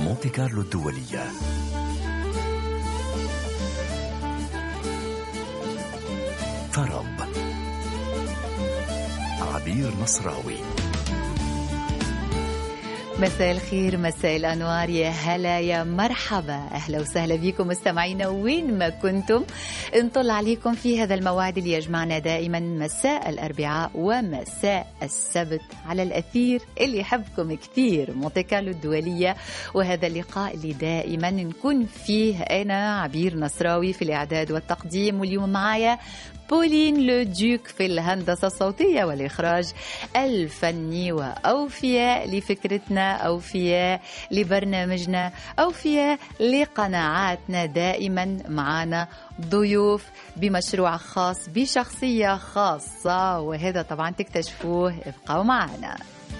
مونتي كارلو الدولية. طرب عبير نصراوي. مساء الخير، مساء الأنوار، يا هلا يا مرحبا، أهلا وسهلا بكم مستمعينا وين ما كنتم. نطل عليكم في هذا الموعد اللي يجمعنا دائما مساء الأربعاء ومساء السبت على الأثير اللي يحبكم كثير، مونتي كارلو الدولية. وهذا اللقاء اللي دائما نكون فيه أنا عبير نصراوي في الإعداد والتقديم، واليوم معايا بولين لو دوك في الهندسة الصوتية والإخراج الفني، وأوفياء لفكرتنا، أوفياء لبرنامجنا، أوفياء لقناعاتنا. دائما معنا ضيوف بمشروع خاص بشخصية خاصة، وهذا طبعا تكتشفوه، ابقوا معنا.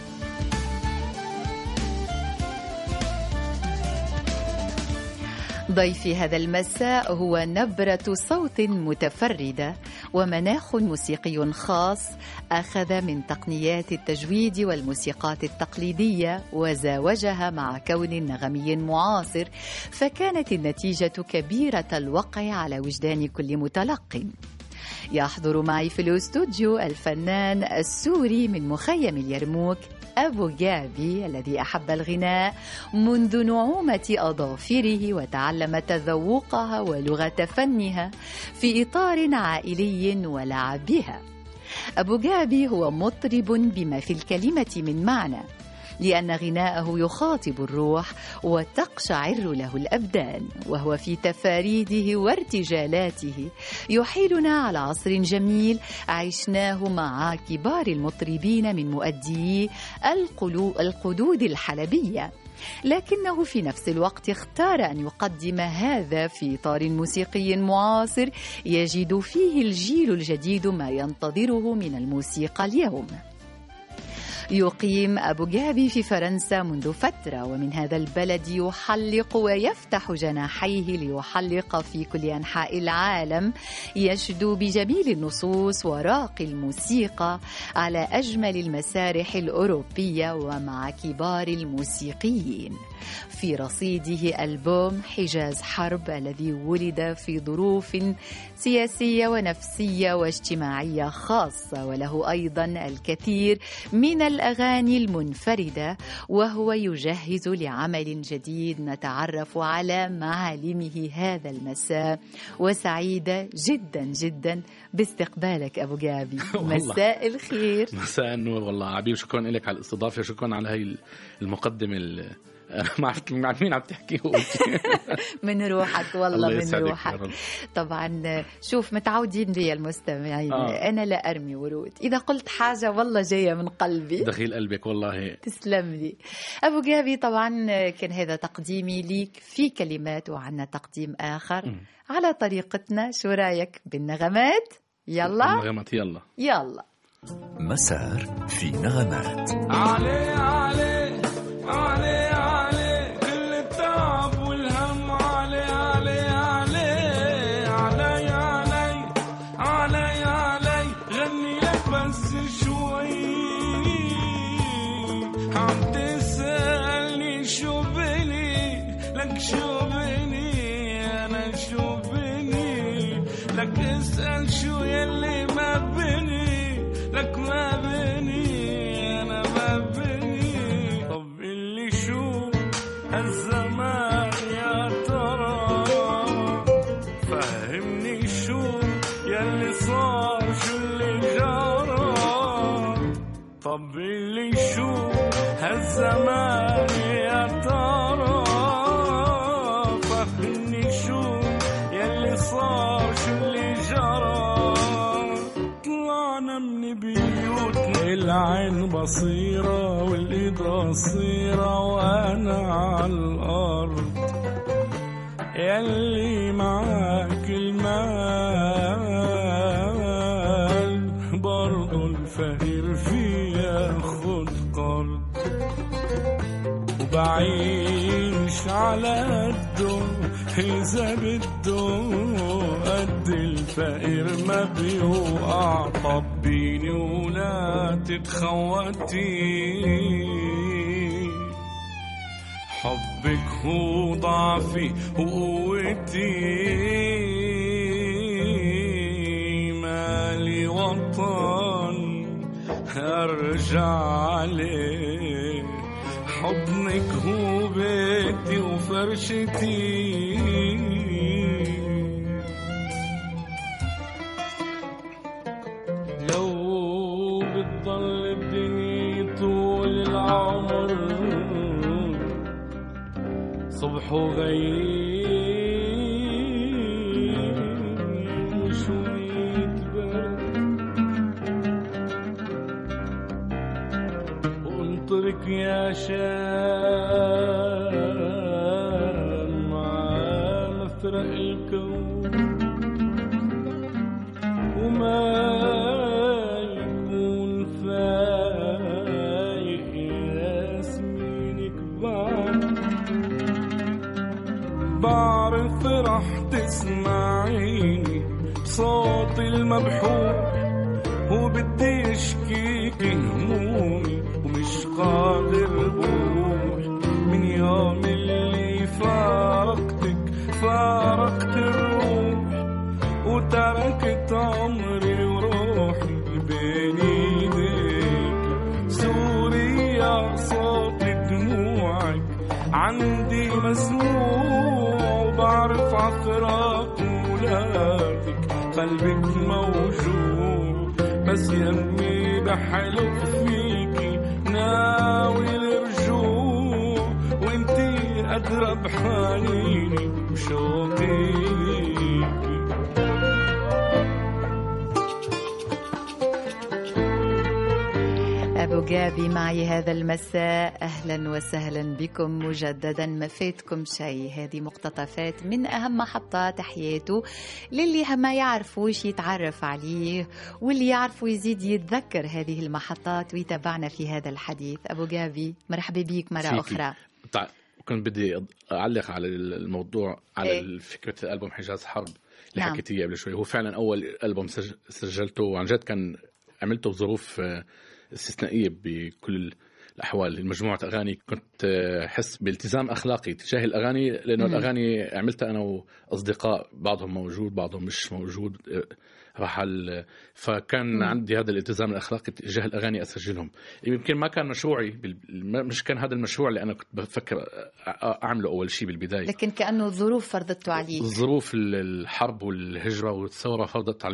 ضيفي هذا المساء هو نبرة صوت متفردة ومناخ موسيقي خاص، أخذ من تقنيات التجويد والموسيقات التقليدية وزاوجها مع كون نغمي معاصر، فكانت النتيجة كبيرة الوقع على وجدان كل متلق. يحضر معي في الاستوديو الفنان السوري من مخيم اليرموك أبو جابي، الذي أحب الغناء منذ نعومة أظافره وتعلم تذوقها ولغة فنها في إطار عائلي ولعبها. أبو جابي هو مطرب بما في الكلمة من معنى، لأن غناءه يخاطب الروح وتقشعر له الأبدان، وهو في تفاريده وارتجالاته يحيلنا على عصر جميل عشناه مع كبار المطربين من مؤديي القدود الحلبية، لكنه في نفس الوقت اختار أن يقدم هذا في إطار موسيقي معاصر يجد فيه الجيل الجديد ما ينتظره من الموسيقى اليوم. يقيم أبو جابي في فرنسا منذ فترة، ومن هذا البلد يحلق ويفتح جناحيه ليحلق في كل أنحاء العالم، يشدو بجميل النصوص وراقي الموسيقى على أجمل المسارح الأوروبية ومع كبار الموسيقيين. في رصيده ألبوم حجاز حرب الذي ولد في ظروف سياسية ونفسية واجتماعية خاصة، وله أيضا الكثير من الأغاني المنفردة، وهو يجهز لعمل جديد نتعرف على معالمه هذا المساء، وسعيدة جدا جدا باستقبالك أبو جابي. مساء الخير. مساء النور. والله عبير، شكرا لك على الاستضافة، شكرا على هاي المقدمة ما عرفت مين عم تحكي. من روحك والله، من روحك. طبعا شوف، متعودين بي المستمعين أنا لا أرمي ورود، إذا قلت حاجة والله جاية من قلبي، دخيل قلبك والله. تسلم لي أبو جابي. طبعا كان هذا تقديمي ليك في كلمات، وعنا تقديم آخر على طريقتنا. شو رأيك بالنغمات؟ يلا النغمات، يلا يلا. مسار في نغمات. علي علي علي علي كل التعب والهم، علي علي علي علي علي علي علي غني لك بس شوي. عم تسألني شو بني لك، شو بني أنا، شو بني لك، اسأل شو يلي ما بني لك، ما بني أنا، ما بني. طب اللي شو هالزمان يا ترى، فهمني شو يلي صار، شو اللي جرى. طب اللي شو هالزمان يا ترى، فهمني شو يلي صار، شو اللي جرى. طلعنا من بيوتنا العين بصيرة والإيد قصيرة، وأنا على الأرض يلي معاك المال، برضو الفقير فيها خد قرض، وبعيش على قده إذا بده قد الفقير ما بيوقع. طبيني ولا تتخوتي، حبك هو ضعفي وقوتي، مالي وطن أرجع عليه، حضنك هو بيتي وفرشتي. لو بتضل الدنيا طول العمر صبح وغيم وشوية برد، وانطرك يا شام مع مفرق الكون، وما يكون فايق ياسمينك بعرف رح تسمعيني صوتي المبحوح، وبدي اشكيكي همومي ومش قادر بروح، من يوم اللي فارقت الروح، وتركت عمري وروحي بين ايديك. سوريا صوت دموعك عندي مسموع، بعرف عفراق ولادك قلبك موجوع، بس يمي بحلف فيكي ناوي الرجوع، وانتي أدرى بحنيني وشوقي ليكي. أبو جابي معي هذا المساء، أهلا وسهلا بكم مجددا. ما فاتكم شيء، هذه مقتطفات من أهم محطات حياته، للي ما يعرفوش يتعرف عليه، واللي يعرفوا يزيد يتذكر هذه المحطات ويتابعنا في هذا الحديث. أبو جابي مرحبا بيك مرة أخرى. كنت بدي أعلق على الموضوع، على فكرة الألبوم حجاز حرب اللي حكيتيه قبل شوي. هو فعلا أول ألبوم سجلته، وعن جد كان عملته بظروف استثنائية بكل الأحوال. المجموعة أغاني كنت حس بالتزام أخلاقي تجاه الأغاني، لأنه الأغاني عملتها أنا وأصدقاء، بعضهم موجود بعضهم مش موجود رحل، فكان عندي هذا الالتزام الأخلاقي تجاه الأغاني أسجلهم. يمكن ما كان مشروعي مش كان هذا المشروع اللي أنا كنت بفكر أعمله أول شيء بالبداية، لكن كأنه الظروف فرضته عليك. الظروف الحرب والهجرة والثورة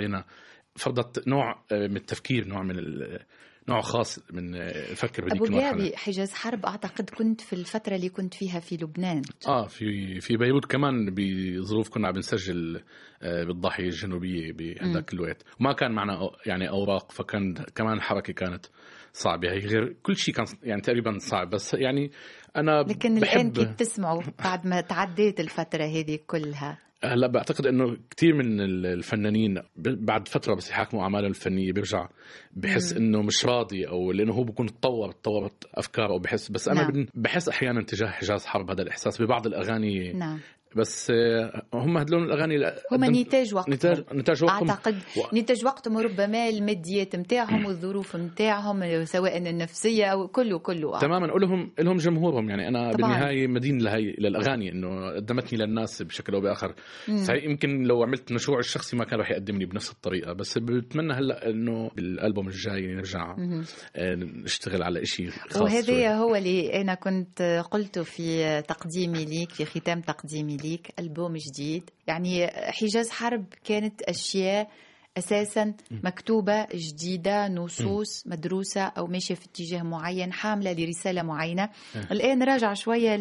فرضت نوع من التفكير، نوع خاص من الفكر. أبو جابي، حجاز حرب أعتقد كنت في الفترة اللي كنت فيها في لبنان. في بيروت كمان، بظروف كنا عم نسجل بالضاحية الجنوبية بهذاك الوقت، وما كان معنا يعني أوراق، فكان كمان الحركة كانت صعبة. هي غير كل شيء كان يعني تقريبا صعب، بس يعني أنا لكن الآن كيف تسمعوا بعد ما تعديت الفترة هذه كلها؟ هلا بعتقد انه كثير من الفنانين بعد فتره بس يحاكموا اعمالهم الفنيه بيرجع بحس انه مش راضي، او لانه هو بيكون تطورت افكاره، بحس. بس انا بحس احيانا تجاه حجاز حرب هذا الاحساس ببعض الاغاني. بس هم هدلون الأغاني هم نتاج وقتهم، نتاج وقتهم. أعتقد نتاج وقتهم، وربما الماديات متاعهم والظروف متاعهم سواء النفسية أو كله تماما. لهم جمهورهم، يعني أنا طبعاً بالنهاية مدين للأغاني إنه قدمتني للناس بشكل أو بآخر. صحيح يمكن لو عملت مشروع الشخصي ما كان راح يقدمني بنفس الطريقة، بس بتمنى هلأ إنه بالألبوم الجاي نرجع نشتغل على إشي خاص. وهذا هو اللي أنا كنت قلته في تقديمي ليك، في ختام تقديمي ليك، ألبوم جديد. يعني حجاز حرب كانت أشياء أساسا مكتوبة جديدة، نصوص مدروسة أو ماشية في اتجاه معين، حاملة لرسالة معينة. الآن راجع شوية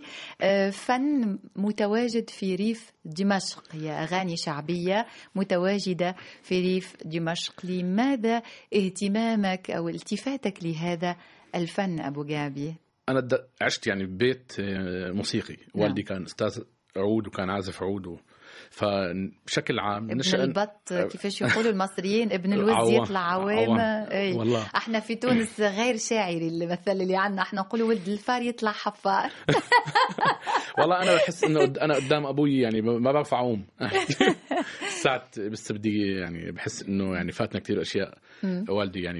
لفن متواجد في ريف دمشق، هي أغاني شعبية متواجدة في ريف دمشق. لماذا اهتمامك أو التفاتك لهذا الفن أبو جابي؟ أنا عشت يعني ببيت موسيقي، والدي كان أستاذ عود وكان عازف عود، فبشكل عام ابن البط كيفاش يقولوا المصريين، ابن الوز يطلع عوام. والله احنا في تونس غير شاعري المثل اللي عندنا، احنا نقولوا ولد الفار يطلع حفار. والله انا بحس انه انا قدام ابوي يعني ما بعرف اعوم ساعات، بس بدي يعني بحس انه يعني فاتنا كتير اشياء. والدي يعني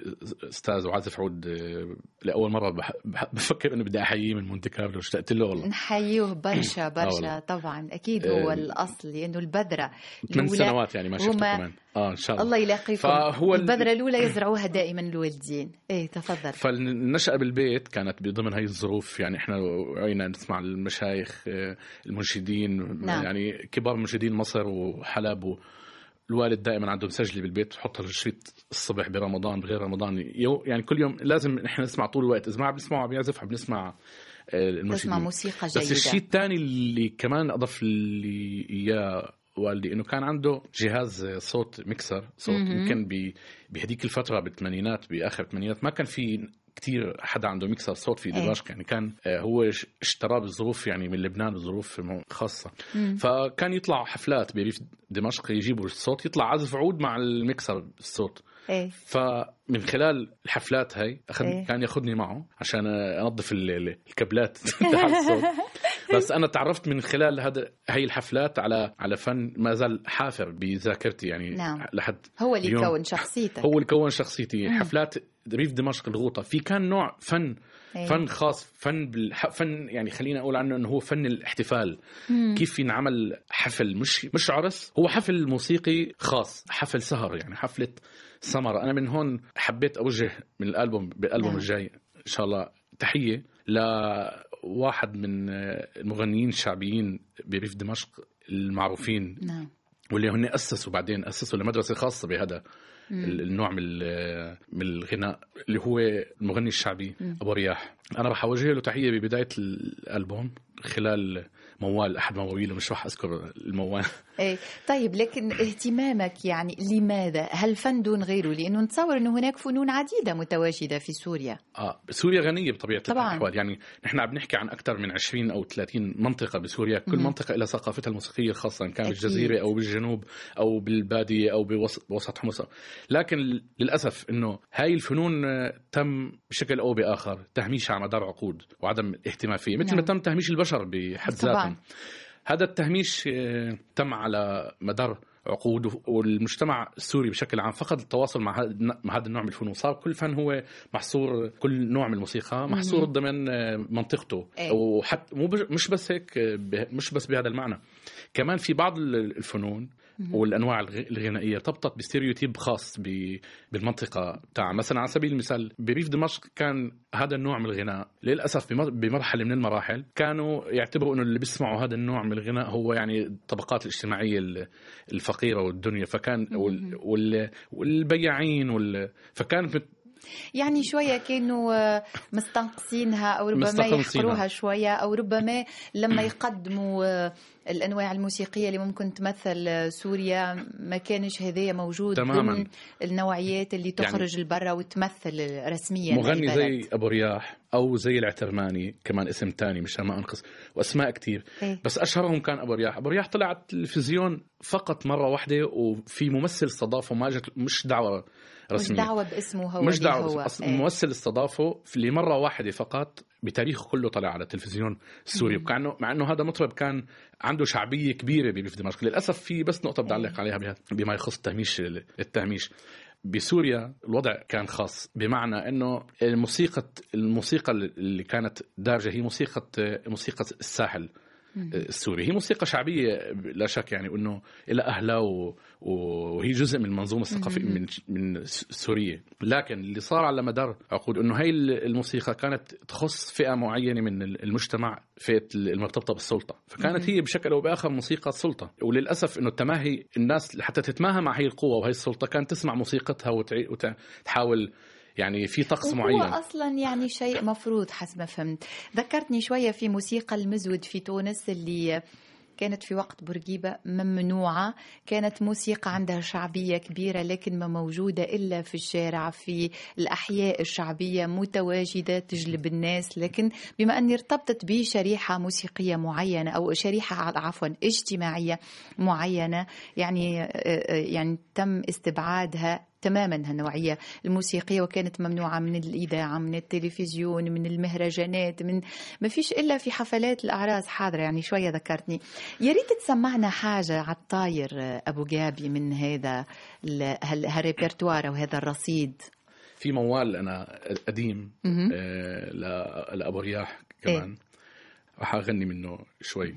أستاذ وعازف عود لأول مرة بفكر إنه بدي أحييه من مونتي كارلو. اشتقت له والله. نحييه برشا برشا طبعا أكيد هو الأصل لأنه البذرة 8 سنوات يعني ما شفته كمان. إن شاء الله الله يلاقيكم. فهو البذرة الأولى يزرعوها دائما الوالدين. إيه تفضل. فالنشأة بالبيت كانت بضمن هاي الظروف، يعني إحنا وعينا نسمع المشايخ المنشدين. نعم. يعني كبار منشدين مصر وحلب، الوالد دائما عنده مسجلة بالبيت وحط الشريط الصبح برمضان بغير رمضان، يعني كل يوم لازم إحنا نسمع طول الوقت. إذا ما بنسمعه بيعزف بنسمع المنشدين. نسمع موسيقى جيدة. بس الشيء الثاني اللي كمان أضف لي إياه والدي إنه كان عنده جهاز صوت ميكسر صوت. يمكن بهديك الفترة بالثمانينات، بآخر الثمانينات ما كان في كتير حدا عنده ميكسر صوت في دمشق. يعني كان هو اشتراه بالظروف يعني من لبنان بظروف خاصة. فكان يطلع حفلات بريف دمشق يجيبوا الصوت، يطلع عزف عود مع الميكسر الصوت. فمن خلال الحفلات هاي كان ياخدني معه عشان أنظف الكابلات تاع الصوت. بس أنا تعرفت من خلال هاي الحفلات على فن ما زال حافر بذاكرتي يعني. نعم. لحد هو اللي كون شخصيتك. هو اللي كون شخصيتي. حفلات ريف دمشق الغوطة في كان نوع فن خاص، فن يعني خلينا أقول عنه أنه هو فن الاحتفال. كيف ينعمل حفل مش عرس، هو حفل موسيقي خاص، حفل سهر يعني حفلة سمر. أنا من هون حبيت أوجه من بالألبوم الجاي إن شاء الله تحية لواحد من المغنيين الشعبيين بريف دمشق المعروفين. نعم. واللي هن بعدين أسسوا لمدرسة خاصة بهذا النوع من الغناء اللي هو المغني الشعبي أبو رياح. أنا راح أوجه له تحية ببداية الألبوم خلال موال أحد مواويله، مش راح أذكر الموال. طيب لكن اهتمامك يعني لماذا؟ هل فن دون غيره؟ لأنه نتصور أنه هناك فنون عديدة متواجدة في سوريا. سوريا غنية بطبيعة الأحوال. يعني نحن عم نحكي عن أكثر من 20 أو 30 منطقة بسوريا، كل منطقة إلى ثقافتها الموسيقية الخاصة، إن كان بالجزيرة أو بالجنوب أو بالبادية أو بوسط حمص. لكن للأسف إنه هاي الفنون تم بشكل أو بآخر تهميشها على مدار عقود وعدم الاهتمام فيه، مثل ما تم تهميش البشر بحد ذاتهم. هذا التهميش تم على مدار عقود، والمجتمع السوري بشكل عام فقد التواصل مع هذا النوع من الفنون. صار كل فن هو محصور، كل نوع من الموسيقى محصور ضمن منطقته. وحتى مش بس هيك، مش بس بهذا المعنى، كمان في بعض الفنون والأنواع الغنائية تبطت بستيريوتيب خاص بالمنطقة بتاعها. مثلا على سبيل المثال بريف دمشق كان هذا النوع من الغناء للأسف بمرحلة من المراحل كانوا يعتبروا أنه اللي بيسمعوا هذا النوع من الغناء هو يعني الطبقات الاجتماعية الفقيرة والدنيا، فكان والبياعين فكانت يعني شوية كانوا مستنقصينها أو ربما يحقروها شوية، أو ربما لما يقدموا الأنواع الموسيقية اللي ممكن تمثل سوريا ما كانش هذايا موجود من النوعيات اللي تخرج يعني البرة وتمثل رسميا. مغني زي أبو رياح أو زي العترماني كمان اسم تاني مش ما أنقص، وأسماء كتير بس أشهرهم كان أبو رياح. أبو رياح طلع على التلفزيون فقط مرة واحدة، وفي ممثل استضافه، ما جت مش دعوة رسمية، مش دعوة باسمه هو، مش دعوة ممثل استضافه لمرة واحدة فقط بتاريخه كله طلع على التلفزيون السوري. مع أنه هذا مطرب كان عنده شعبية كبيرة بريف دمشق. للأسف في بس نقطة بدي أعلق عليها بما يخص التهميش بسوريا. الوضع كان خاص بمعنى أنه الموسيقى اللي كانت دارجة هي موسيقى الساحل السوري. هي موسيقى شعبية لا شك، يعني أنه إلى أهلها وهي جزء من المنظومة الثقافية من سوريا. لكن اللي صار على مدار عقود أنه هاي الموسيقى كانت تخص فئة معينة من المجتمع، فئة المرتبطة بالسلطة، فكانت هي بشكل أو بآخر موسيقى السلطة. وللأسف أنه التماهي الناس حتى تتماهى مع هاي القوة وهي السلطة كانت تسمع موسيقتها وتحاول يعني في طقس معين. هو أصلا يعني شيء مفروض حسب ما فهمت. ذكرتني شوية في موسيقى المزود في تونس اللي كانت في وقت بورقيبة ممنوعة، كانت موسيقى عندها شعبية كبيرة لكن ما موجودة إلا في الشارع، في الأحياء الشعبية متواجدة تجلب الناس. لكن بما أني ارتبطت بشريحة موسيقية معينة أو شريحة اجتماعية معينة، يعني تم استبعادها تماما هالنوعية الموسيقية، وكانت ممنوعة من الإذاعة، من التلفزيون، من المهرجانات، من ما فيش إلا في حفلات الأعراس حاضرة. يعني شوية ذكرتني، يا ريت تسمعنا حاجة على الطاير أبو جابي من هذا الريبرتوار أو هذا الرصيد. في موال أنا قديم لأبو رياح كمان راح أغني منه شوي.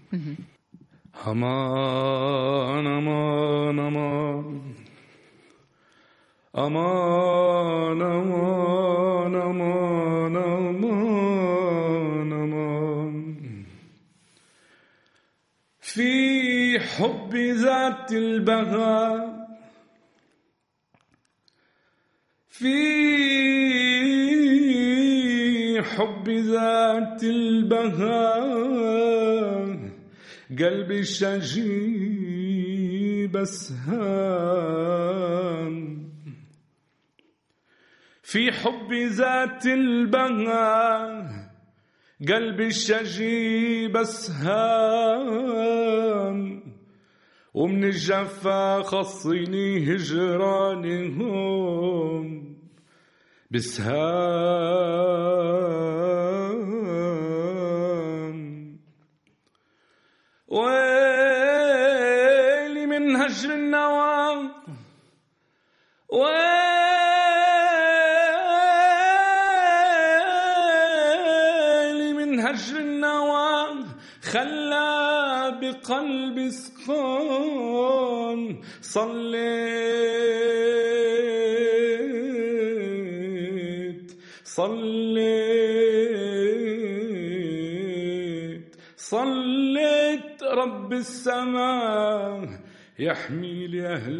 أمان أمان أمان أمان أمان أمان أمان أمان في حب ذات البهاء في حب ذات البهاء قلبي الشجيب أسهام في حب ذات البهاء قلبي الشجيب أسهام ومن الجفا خصني هجرانهم بسهام ويلي من هجر النوى ويلي من هجر النوى خلى بقلبي سقام صليت رب السماء يحمي لأهل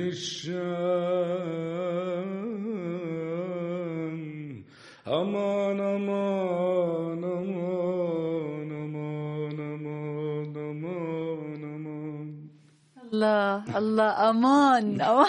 الشام أمان أمان أمان أمان أمان أمان أمان الله الله أمان أمان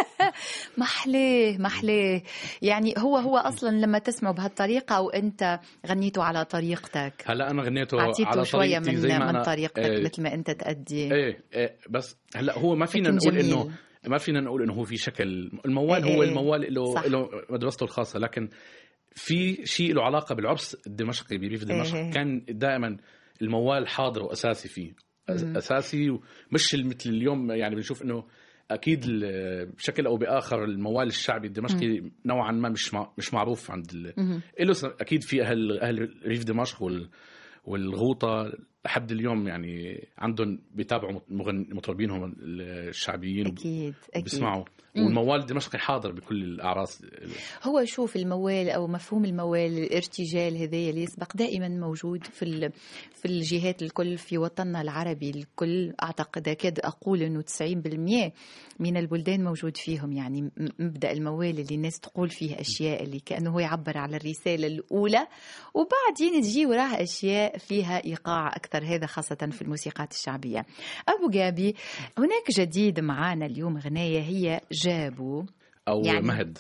محليه يعني هو أصلا لما تسمعه بهالطريقة أو أنت غنيته على طريقتك. هلا أنا غنيته على شوية طريقتي من طريقتك مثل ما أنت تأدي. بس هلا هو ما فينا نقول إنه هو في شكل الموال هو الموال له مدرسته الخاصة، لكن في شيء له علاقة بالعرس الدمشقي بريف دمشق. كان دائما الموال حاضر وأساسي فيه أساسي، ومش مثل اليوم يعني بنشوف إنه أكيد بشكل أو بآخر الموال الشعبي الدمشقي نوعا ما مش معروف عند إله أكيد في أهل ريف دمشق والغوطة لحد اليوم يعني عندهم بيتابعوا مطربينهم الشعبيين أكيد بيسمعوا. والموال الدمشقي حاضر بكل الأعراس. هو شوف الموال أو مفهوم الموال الارتجال هذا اللي يسبق دائما موجود في الجهات الكل في وطننا العربي الكل. أعتقد أكاد أقول أنه 90% من البلدان موجود فيهم يعني مبدأ الموال اللي الناس تقول فيه أشياء اللي كأنه هو يعبر على الرسالة الأولى وبعدين تجي وراها أشياء فيها إيقاع أكثر. هذا خاصة في الموسيقات الشعبية. أبو جابي هناك جديد معانا اليوم غناية هي جابو أو يعني مهد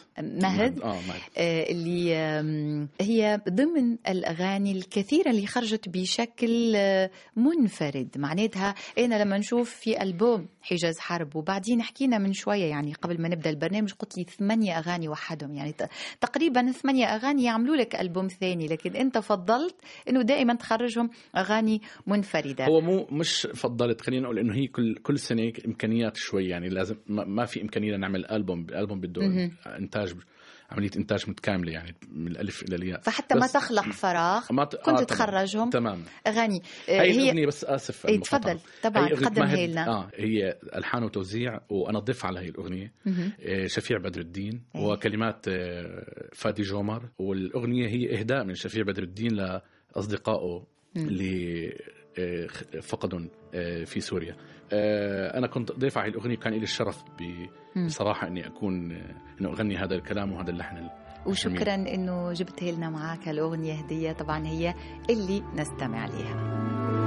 اللي هي ضمن الأغاني الكثيرة اللي خرجت بشكل منفرد. معناتها أنا لما نشوف في ألبوم حجاز حرب وبعدين حكينا من شوية يعني قبل ما نبدأ البرنامج قلت لي 8 أغاني وحدهم يعني تقريبا 8 أغاني يعملوا لك ألبوم ثاني، لكن أنت فضلت أنه دائما تخرجهم أغاني منفردة. هو مش فضلت، خلينا نقول أنه هي كل سنة إمكانيات شوي يعني لازم ما في إمكانية نعمل ألبوم بده عملية إنتاج متكاملة يعني من الألف إلى الياء، فحتى ما تخلق فراغ كنت تخرجهم تمام. أغاني هي أغنية بس آسف تفضل طبعا قدمها لنا. هي ألحان وتوزيع وأنا أضيف على هي الأغنية شفيع بدر الدين وكلمات فادي جومر، والأغنية هي إهداء من شفيع بدر الدين لأصدقائه اللي فقدهم في سوريا. أنا كنت ضيف على الأغنية، كان لي الشرف بصراحة إني إنه أغني هذا الكلام وهذا اللحن. وشكرا إنه جبتها لنا معاك الأغنية هدية، طبعا هي اللي نستمع عليها.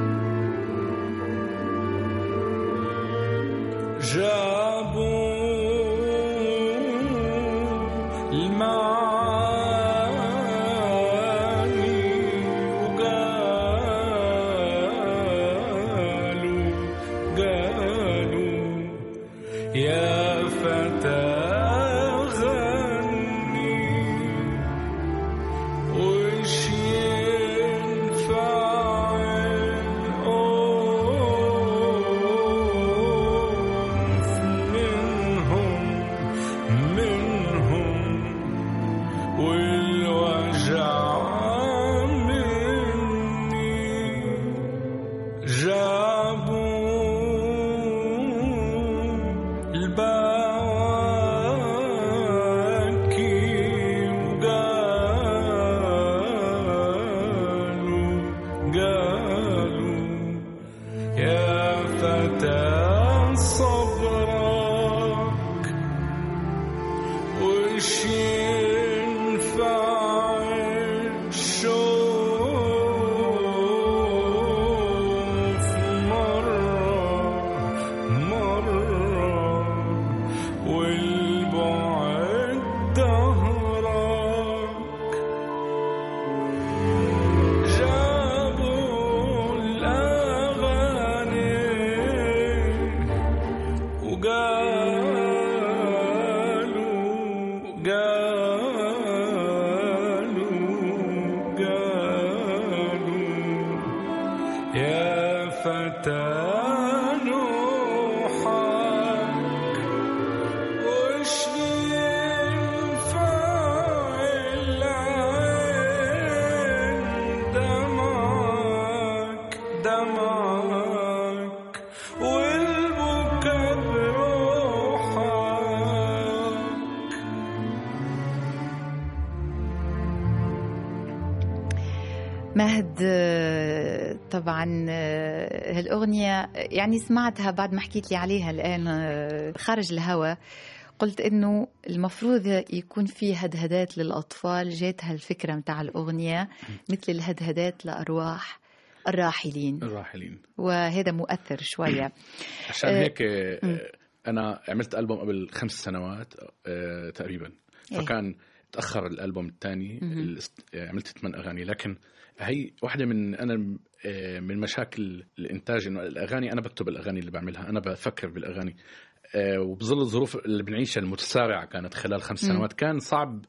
جابوا يا فتى غني وش ينفع الأنف منهم وش ينفع الشوف مرة والبعد دهرك جابوا الأغاني قالوا يا فتى نوحك وش ينفع العين دمعك والبكا بروحك. مهد، طبعا هالأغنية يعني سمعتها بعد ما حكيت لي عليها الآن خارج الهوا، قلت إنه المفروض يكون في هدهدات للأطفال. جات هالفكرة متاع الأغنية مثل الهدهدات لأرواح الراحلين، وهذا مؤثر شوية. عشان هيك أنا عملت ألبوم قبل 5 سنوات تقريبا، فكان تأخر الألبوم الثاني، عملت 8 أغاني. لكن هي واحدة من مشاكل الإنتاج، إنه الأغاني أنا بكتب الأغاني اللي بعملها، أنا بفكر بالأغاني، وبظل الظروف اللي بنعيشها المتسارعة كانت خلال 5 سنوات، كان صعب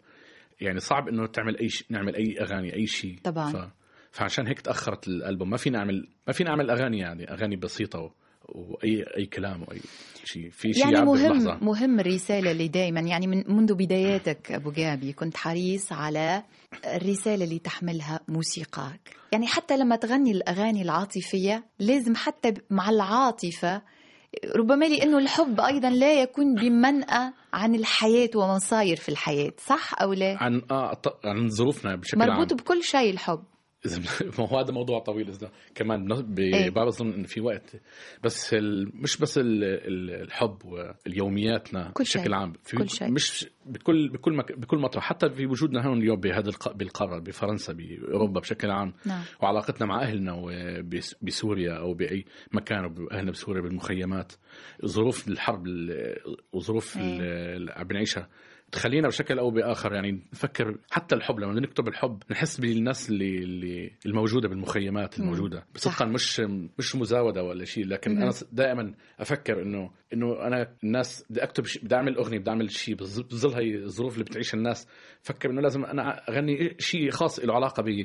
إنه نعمل أي أغاني أي شيء طبعا. فعشان هيك تأخرت الألبوم. ما فينا نعمل أغاني، يعني أغاني بسيطة وأي كلام وأي شيء، في شيء يعني مهم الرسالة اللي دايما، يعني منذ بداياتك أبو جابي كنت حريص على الرسالة اللي تحملها موسيقاك. يعني حتى لما تغني الأغاني العاطفية لازم حتى مع العاطفة، ربما لأنه الحب أيضا لا يكون بمنأى عن الحياة وما صاير في الحياة، صح أو لا؟ عن ظروفنا بشكل عام، مربوط بكل شيء الحب. ما هو هذا موضوع طويل إذا كمان بظن إن في وقت، بس مش بس الحب واليومياتنا بشكل عام، مش بكل مطرح، حتى في وجودنا هون اليوم بهذا بالقارة، بفرنسا، بأوروبا بشكل عام. وعلاقتنا مع أهلنا بسوريا أو بأي مكان، أهلنا بسوريا بالمخيمات، ظروف الحرب وظروف اللي عم بنعيشها تخلينا بشكل أو بآخر يعني نفكر. حتى الحب لما نكتب الحب نحس بالناس اللي الموجودة بالمخيمات الموجودة بصدقا، مش مزاودة ولا شيء. لكن أنا دائما أفكر إنه أنا الناس بدي أكتب بدي أعمل أغنية، بدي أعمل شيء بظل هاي الظروف اللي بتعيش الناس. فكر إنه لازم أنا أغني شيء خاص له علاقة بي،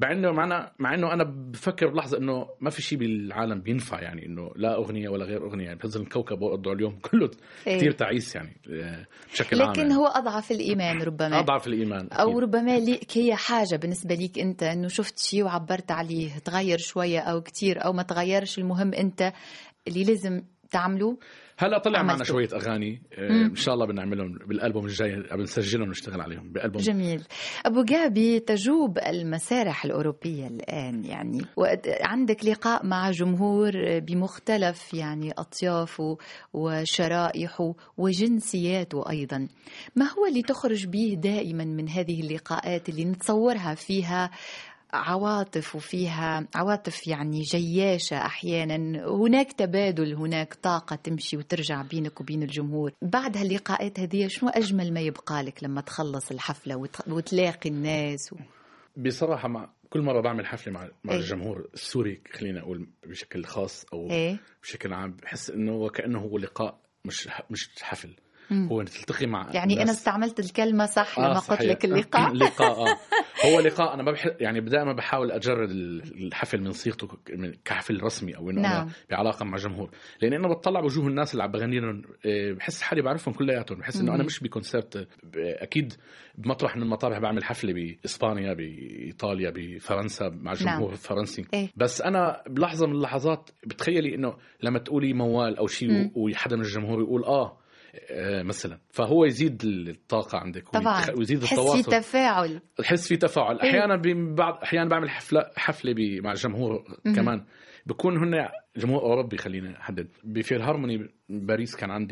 مع إنه أنا بفكر بلحظة إنه ما في شيء بالعالم بينفع، يعني إنه لا أغنية ولا غير أغنية، يعني بهذا الكوكب وقضوا اليوم كله كتير تعيس يعني بشكل عام. لكن يعني هو أضعف الإيمان، ربما أضعف الإيمان أو ربما ليك هي حاجة بالنسبة ليك أنت، إنه شفت شيء وعبرت عليه، تغير شوية أو كتير أو ما تغيرش، المهم أنت اللي لازم تعمله. هلا طلع معنا شوية أغاني إن شاء الله بنعملهم بالألبوم الجاي، بنسجلهم ونشتغل عليهم بألبوم. جميل. أبو جابي، تجوب المسارح الأوروبية الآن، يعني عندك لقاء مع جمهور بمختلف يعني أطيافه وشرائحه وجنسياته أيضا. ما هو اللي تخرج به دائما من هذه اللقاءات اللي نتصورها فيها عواطف، وفيها عواطف يعني جياشة أحيانا، هناك تبادل، هناك طاقة تمشي وترجع بينك وبين الجمهور. بعد هاللقاءات هذه شنو أجمل ما يبقى لك لما تخلص الحفلة وتلاقي الناس بصراحة مع كل مرة بعمل حفلة مع الجمهور السوري، خلينا أقول بشكل خاص أو بشكل عام، بحس إنه وكأنه هو لقاء مش حفل. هو تلتقي مع يعني الناس. أنا استعملت الكلمة صح لما قلت لك اللقاء. لقاء هو لقاء. أنا يعني دائما بحاول أجرد الحفل من صيغته كحفل رسمي، أو إنه أنا بعلاقة مع جمهور، لأن أنا بطلع وجوه الناس اللي عم بغني لهم، بحس حالي بعرفهم كلياتهم، بحس إنه أنا مش بكونسرت. أكيد بمطرح من المطارح بعمل حفلة بإسبانيا، بإيطاليا، بفرنسا مع جمهور فرنسي. بس أنا بلحظة من اللحظات بتخيلي إنه لما تقولي موال أو شيء وحدا من الجمهور يقول مثلا، فهو يزيد الطاقة عندك ويزيد التواصل، الحس في تفاعل. أحيانا بعمل حفلة مع الجمهور كمان بكون هن جمهور أوروبي. خلينا نحدد، بفيلهارموني باريس كان عندي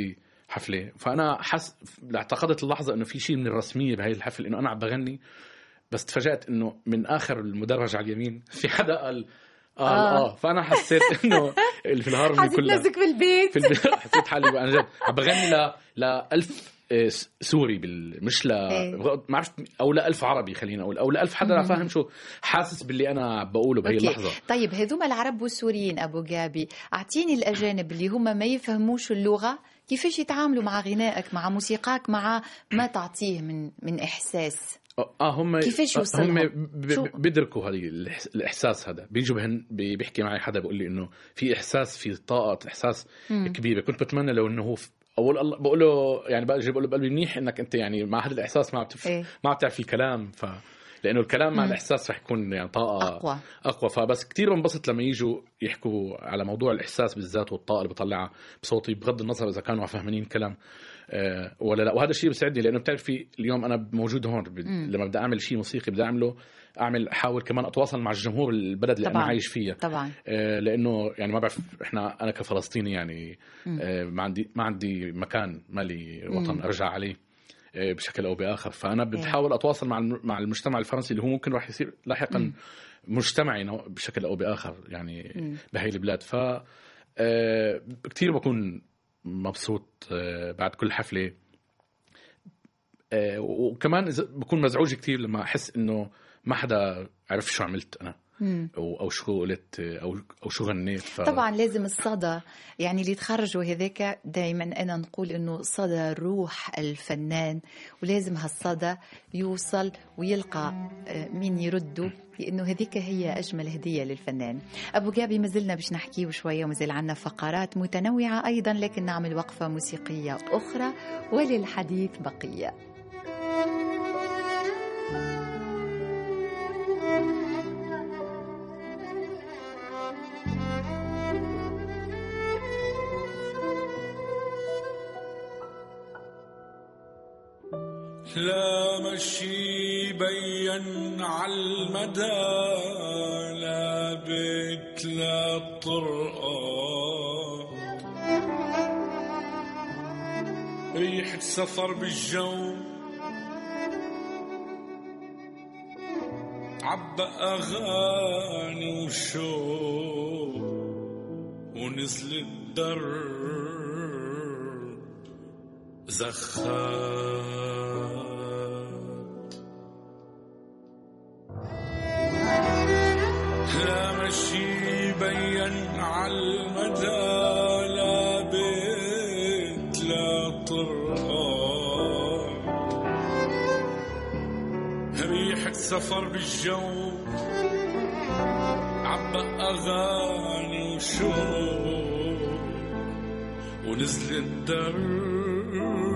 حفلة. فأنا اعتقدت اللحظة إنه في شيء من الرسمية بهاي الحفل، إنه أنا عم بغني، بس تفاجأت إنه من آخر المدرج على اليمين في حدا قال فأنا حسيت إنه في الهارموني كلها حسيت نفسك بالبيت. حسيت حالي بقى جد عم بغني ل1000 سوري مش ما عرفت، او ل1000 عربي خلينا اقول، او ل1000 حدا فاهم شو حاسس باللي انا بقوله بهي اللحظه. طيب هذوما العرب والسوريين ابو جابي، اعطيني الاجانب اللي هم ما يفهموش اللغه كيفاش يتعاملوا مع غنائك، مع موسيقاك، مع ما تعطيه من احساس. هم كيفاش يوصلهم؟ هم بيدركوا هذه الاحساس هذا. بيجوا بيحكي معي حدا بيقول لي انه في احساس، في طاقه احساس كبيره. كنت بتمنى لو انه هو اول بقول له يعني بقول له بقلبي منيح انك انت يعني مع هذا الاحساس ما بتعرف الكلام، لانه الكلام مع الاحساس رح يكون يعني طاقه اقوى. فبس كتير بنبسط لما يجوا يحكوا على موضوع الاحساس بالذات والطاقه اللي بطلعها بصوتي، بغض النظر اذا كانوا فاهمين الكلام ولا لا. وهذا الشيء بيسعدني، لانه بتعرفي اليوم انا موجود هون لما بدي اعمل شيء موسيقي بدي احاول كمان اتواصل مع الجمهور البلد اللي انا عايش فيها طبعا. لانه يعني ما بعرف انا كفلسطيني يعني ما عندي مكان مالي وطن ارجع عليه بشكل او باخر. فانا بحاول اتواصل مع المجتمع الفرنسي اللي هو ممكن راح يصير لاحقا مجتمعي بشكل او باخر يعني بهاي البلاد. ف كتير بكون مبسوط بعد كل حفله، وكمان بكون مزعوج كتير لما احس انه ما حدا عرف شو عملت انا او شو قلت او شو غنيت. طبعا لازم الصدى يعني اللي تخرجوا هذاك، دائما انا نقول انه صدى روح الفنان، ولازم هالصدى يوصل ويلقى مين يرده، لانه هذيك هي اجمل هديه للفنان. ابو جابي مازلنا باش نحكي شويه، ومازال عندنا فقرات متنوعه ايضا، لكن نعمل وقفه موسيقيه اخرى وللحديث بقيه. لا مشي بين عالمدى، لا بيت لا طرقة، ريحة سفر بالجو عبى أغاني وشوق، ونزل الدرب زخات. لا مشي بين عالمدى، لا بيت لا طرقات، ريحة سفر بالجو عبى أغاني وشوق، ونزل الدرب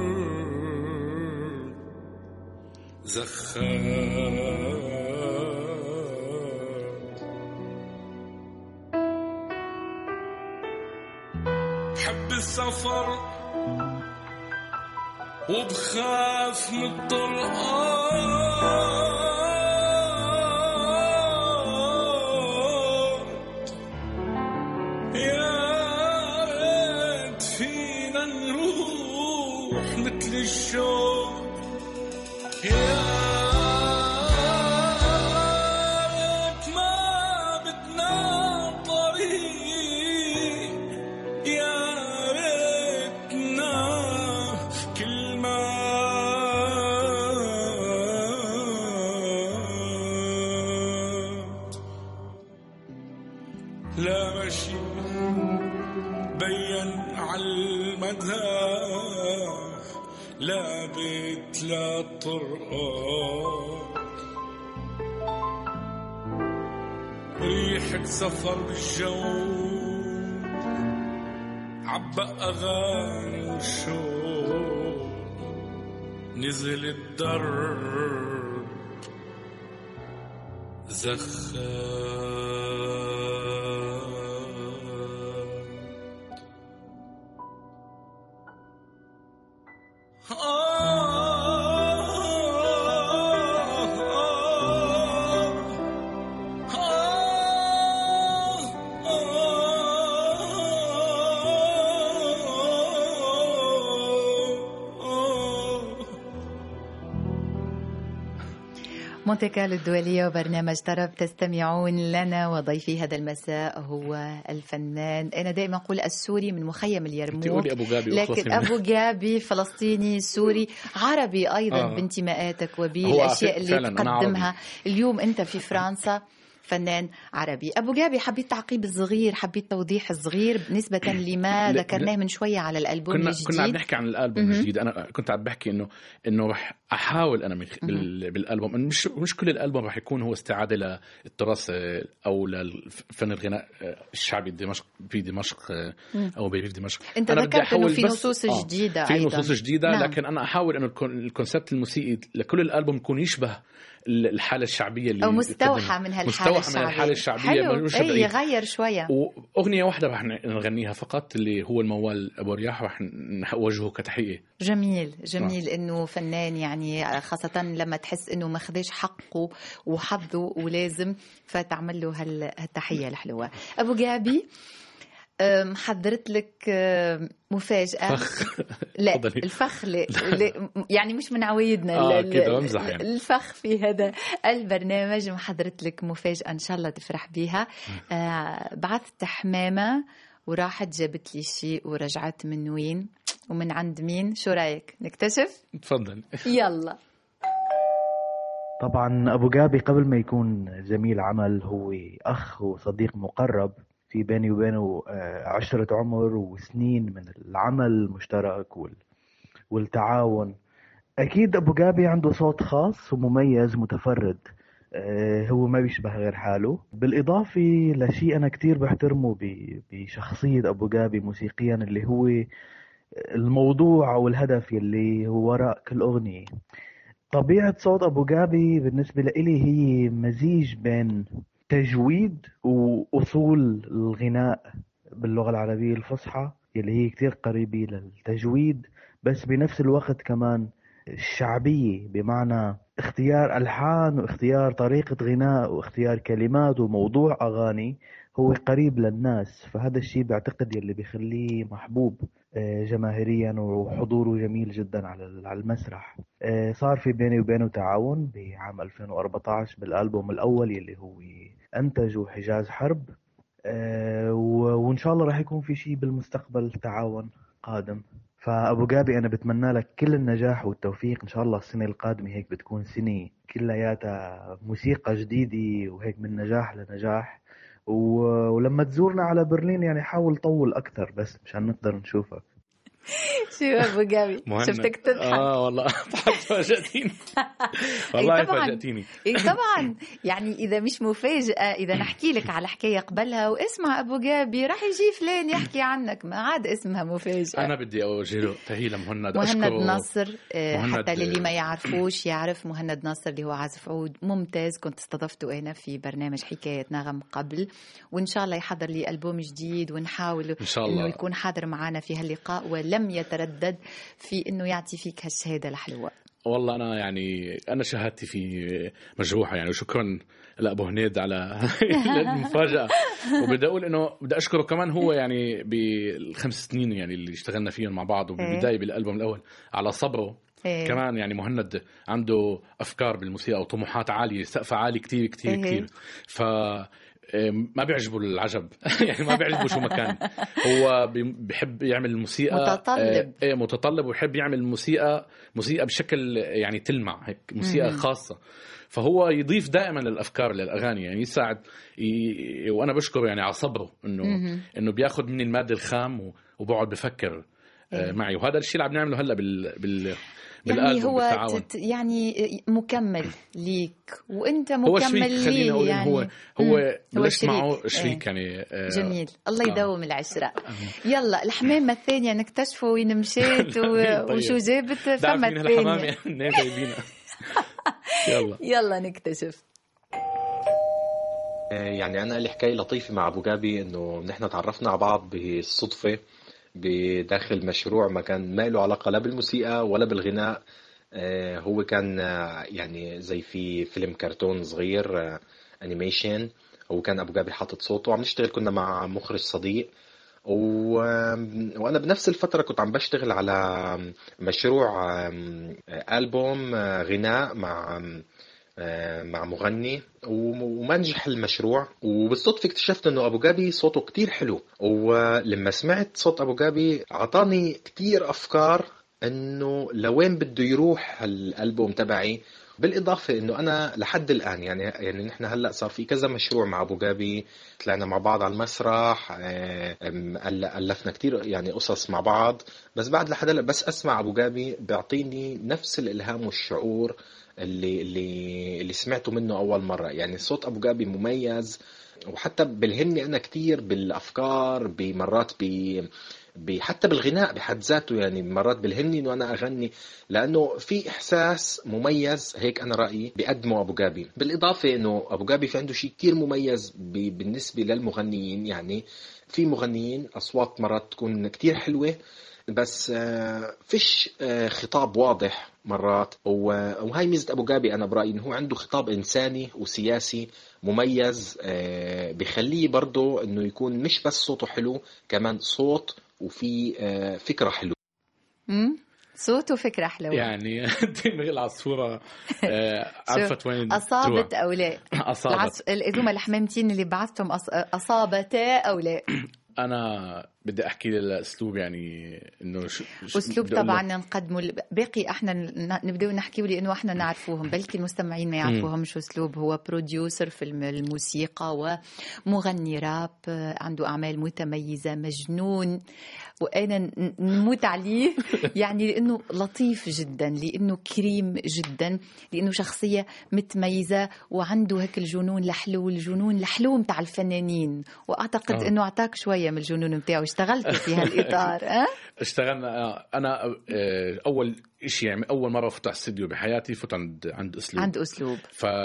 زخات. بحب السفر وبخاف من الطرقات، يا ريت فينا نروح مثل الشوق، يا ريت ما بدنا طريق، يا ريتنا كل ما لا مشي بين عالمدى، لا بيت لا طرقات، ريحة سفر بالجو عبى أغاني وشوق، نزل الدرب زخات. مونتي كارلو الدولية وبرنامج طرب تستمعون لنا، وضيفي هذا المساء هو الفنان، أنا دائما أقول السوري من مخيم اليرموك، لكن أبو جابي فلسطيني سوري عربي أيضا بانتماءاتك وبالأشياء اللي تقدمها. اليوم أنت في فرنسا فنان عربي. أبو جابي، حبيت تعقيب الصغير، حبيت توضيح صغير بالنسبة لما ذكرناه من شوية على الألبوم الجديد. كنا عم نحكي عن الألبوم الجديد. أنا كنت عم بحكي إنه رح أحاول أنا بالألبوم، مش كل الألبوم رح يكون هو استعادة للتراث أو للفن الغناء الشعبي في دمشق أو بيروت دمشق. أنت ذكرت إنه في نصوص جديدة، في نصوص جديدة، نعم. لكن أنا أحاول إنه الكونسبت الموسيقي لكل الألبوم يكون يشبه الحالة الشعبية اللي أو مستوحى من هالحالة الشعبية. حلو، يغير شوية. وأغنية واحدة رح نغنيها فقط اللي هو الموال أبو رياح، رح نوجهه كتحية. جميل إنه فنان يعني، خاصة لما تحس إنه ما خدش حقه وحظه ولازم فتعمل له هالتحية الحلوة. أبو جابي، حضرت لك مفاجأة. لا الفخ يعني مش من عوايدنا يعني. الفخ في هذا البرنامج. محضرت لك مفاجأة إن شاء الله تفرح بيها. بعثت حمامة وراحت جابت لي شيء، ورجعت من وين ومن عند مين؟ شو رأيك نكتشف؟ تفضل. يلا. طبعا أبو جابي قبل ما يكون زميل عمل هو أخ وصديق مقرب، في بيني وبينه 10 عمر وسنين من العمل المشترك والتعاون. أكيد أبو جابي عنده صوت خاص ومميز متفرد، هو ما بيشبه غير حاله. بالإضافة لشيء أنا كتير بحترمه بشخصية أبو جابي موسيقيا، اللي هو الموضوع أو الهدف اللي هو وراء كل أغنية. طبيعة صوت أبو جابي بالنسبة لي هي مزيج بين تجويد وأصول الغناء باللغة العربية الفصحى اللي هي كتير قريبة للتجويد، بس بنفس الوقت كمان الشعبية، بمعنى اختيار ألحان واختيار طريقة غناء واختيار كلمات وموضوع أغاني هو قريب للناس. فهذا الشيء بعتقد يلي بيخليه محبوب جماهيريا، وحضوره جميل جدا على المسرح. صار في بيني وبينه تعاون بعام 2014 بالألبوم الأول يلي هو أنتجه حجاز حرب، وإن شاء الله راح يكون في شيء بالمستقبل تعاون قادم. فأبو جابي أنا بتمنى لك كل النجاح والتوفيق، إن شاء الله السنة القادمة هيك بتكون سنة كلياتها موسيقى جديدة وهيك من نجاح لنجاح. ولما تزورنا على برلين يعني حاول طول أكثر بس مشان نقدر نشوفك. شو أبو جابي، شفتك تضحك. والله فاجأتيني. والله فاجأتيني. طبعا يعني إذا مش مفاجأة، إذا نحكي لك على حكاية قبلها واسمع أبو جابي راح يجي فلان يحكي عنك، ما عاد اسمها مفاجأة. أنا بدي أوجه له تحية لمهند نصر. حتى للي ما يعرفوش يعرف مهند نصر اللي هو عازف عود ممتاز، كنت استضفته أنا في برنامج حكاية نغم قبل، وإن شاء الله يحضر لي ألبوم جديد، ونحاول إنه يكون حاضر معنا في هاللقاء، ولم يتردد في إنه يعطي فيك هالشهادة الحلوة. والله أنا شهادتي في مجروحة يعني، وشكرا لأبو هنيد على المفاجأة. وبدي أقول إنه بدي أشكره كمان هو يعني ب5 سنين يعني اللي اشتغلنا فيهم مع بعض، وبالبداية بالألبوم الأول على صبره. كمان يعني مهند عنده أفكار بالموسيقى وطموحات عالية، سقف عالي كتير كتير كتير. ما بيعجبه العجب يعني ما بيعجبه شو مكان. هو بيحب يعمل الموسيقى متطلب ويحب يعمل موسيقى بشكل يعني تلمع هيك، موسيقى خاصة. فهو يضيف دائما للأفكار للأغاني يعني، يساعد وأنا بشكره يعني على صبره إنه بياخد مني المادة الخام وبقعد بفكر معي. وهذا الشيء اللي عم نعمله هلا يعني هو يعني مكمل ليك وانت مكمل ليه يعني. هو بلشت معه شريك يعني. جميل، الله يدوم العشرة. يلا الحمامة الثانية نكتشفه وين مشيت وشو جابت فما الثانية. يلا نكتشف. يعني أنا الحكاية لطيفة مع أبو جابي، إنه نحن تعرفنا على بعض بالصدفة بداخل مشروع ما كان ما له علاقة لا بالموسيقى ولا بالغناء. هو كان يعني زي في فيلم كرتون صغير انيميشن، هو كان ابو جابي حاطط صوته وعم نشتغل، كنا مع مخرج صديق. وانا بنفس الفترة كنت عم بشتغل على مشروع ألبوم غناء مع مع مغني وما نجح المشروع. وبالصدفة اكتشفت انه ابو جابي صوته كتير حلو، ولما سمعت صوت ابو جابي عطاني كتير افكار انه لوين بده يروح الالبوم تبعي. بالاضافه انه انا لحد الان يعني نحن هلا صار في كذا مشروع مع ابو جابي، طلعنا مع بعض على المسرح، الفنا كتير يعني قصص مع بعض، بس بعد لحد هلا بس اسمع ابو جابي بيعطيني نفس الالهام والشعور اللي سمعته منه اول مره. يعني صوت ابو جابي مميز، وحتى بلهمني انا كتير بالافكار، بمرات حتى بالغناء بحد ذاته. يعني مرات بلهمني انه انا اغني لانه في احساس مميز، هيك انا رايي بيقدمه ابو جابي. بالاضافه انه ابو جابي في عنده شيء كتير مميز بالنسبه للمغنيين. يعني في مغنيين اصوات مرات تكون كتير حلوه بس فيش خطاب واضح مرات، وهاي ميزة أبو جابي أنا برأيي إنه هو عنده خطاب إنساني وسياسي مميز، بيخليه برضو إنه يكون مش بس صوته حلو، كمان صوت وفي فكرة حلوة. صوت وفكرة حلوة. يعني دمغ العصفورة عرفت وين أصابت أو لا. أصابت الإذومة الحمامتين اللي بعثتهم أصابتا أو لا. أنا بدي أحكي للأسلوب، يعني إنه أسلوب طبعا نقدمه باقي إحنا نبدأ نحكيه لأنه إحنا نعرفوهم، بلكي المستمعين ما يعرفوهم. شو أسلوب؟ هو بروديوسر في الموسيقى ومغني راب، عنده أعمال متميزة، مجنون وأنا نموت عليه يعني لأنه لطيف جدا، لأنه كريم جدا، لأنه شخصية متميزة وعنده هيك الجنون الحلو متاع الفنانين. وأعتقد أنه أعطاك شوية من الجنون متاعه. اشتغلت في هالإطار؟ اشتغلنا. أنا أول إشي يعني أول مرة فتح استديو بحياتي فت عند أسلوب.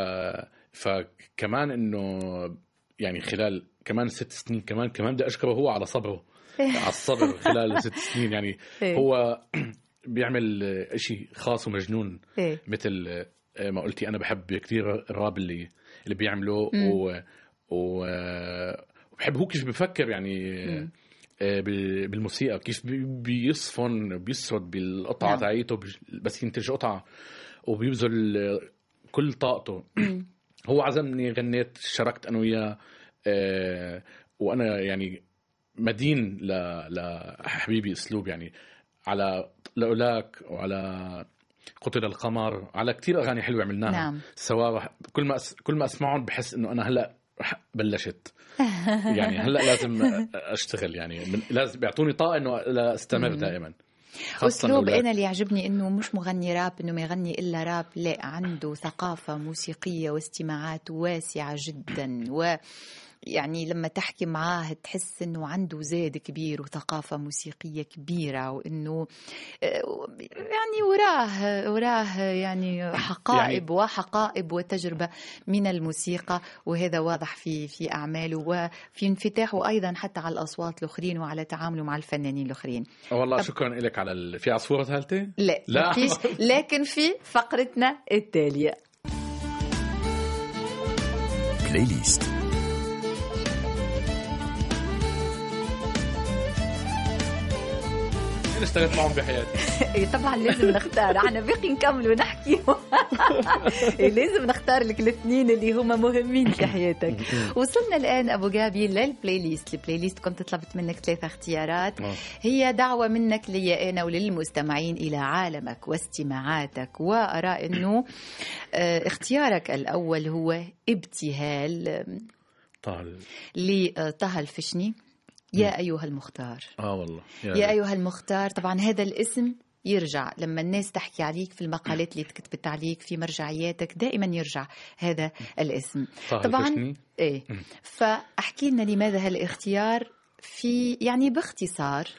فكمان إنه يعني خلال كمان 6 سنين كمان بدي أشكره هو على صبره على الصبر خلال 6 سنين. يعني هو بيعمل إشي خاص ومجنون مثل ما قلتي. أنا بحب كتير الراب اللي بيعمله وبحب هو كيف بفكر يعني بالموسيقى، كيف بيصفن بيسرد بالقطعة تاعيته بس ينتج قطعة وبيبذل كل طاقته. هو عزمني، غنيت، شاركت أنا وياه، وأنا يعني مدين لحبيبي أسلوب. يعني على لولاك وعلى قتل القمر، على كتير أغاني حلوة عملناها سوا. كل ما أسمعهم بحس إنه أنا هلأ بلشت يعني هلأ لازم أشتغل، يعني لازم بيعطوني طاقة إنه لا أستمر دائما. أسلوب أنا اللي يعجبني إنه مش مغني راب إنه ما يغني إلا راب، لا، عنده ثقافة موسيقية واستماعات واسعة جدا، يعني لما تحكي معاه تحس إنه عنده زاد كبير وثقافة موسيقية كبيرة، وإنه يعني وراه يعني حقائب وحقائب وتجربة من الموسيقى، وهذا واضح في أعماله وفي انفتاحه أيضا حتى على الأصوات الأخرين وعلى تعامله مع الفنانين الأخرين. والله شكرا لك على في عصفورة ثالثة؟ لا فيش، لكن في فقرتنا التالية بلاي ليست. أنا اشتغلت معهم بحياتي. طبعا لازم نختار، احنا باقي نكمل ونحكي. لازم نختار لك الاثنين اللي هما مهمين في حياتك. وصلنا الآن أبو جابي للبلاي ليست. البلاي ليست كنت طلبت منك 3 اختيارات، هي دعوة منك لي أنا وللمستمعين إلى عالمك واستماعاتك، وأرى أنه اختيارك الأول هو ابتهال لطه الفشني. يا أيها المختار. والله يا أيها المختار. طبعا هذا الاسم يرجع لما الناس تحكي عليك في المقالات اللي كتبت عليك في مرجعياتك، دائما يرجع هذا الاسم طبعا. فأحكي لنا لماذا هالاختيار في يعني باختصار.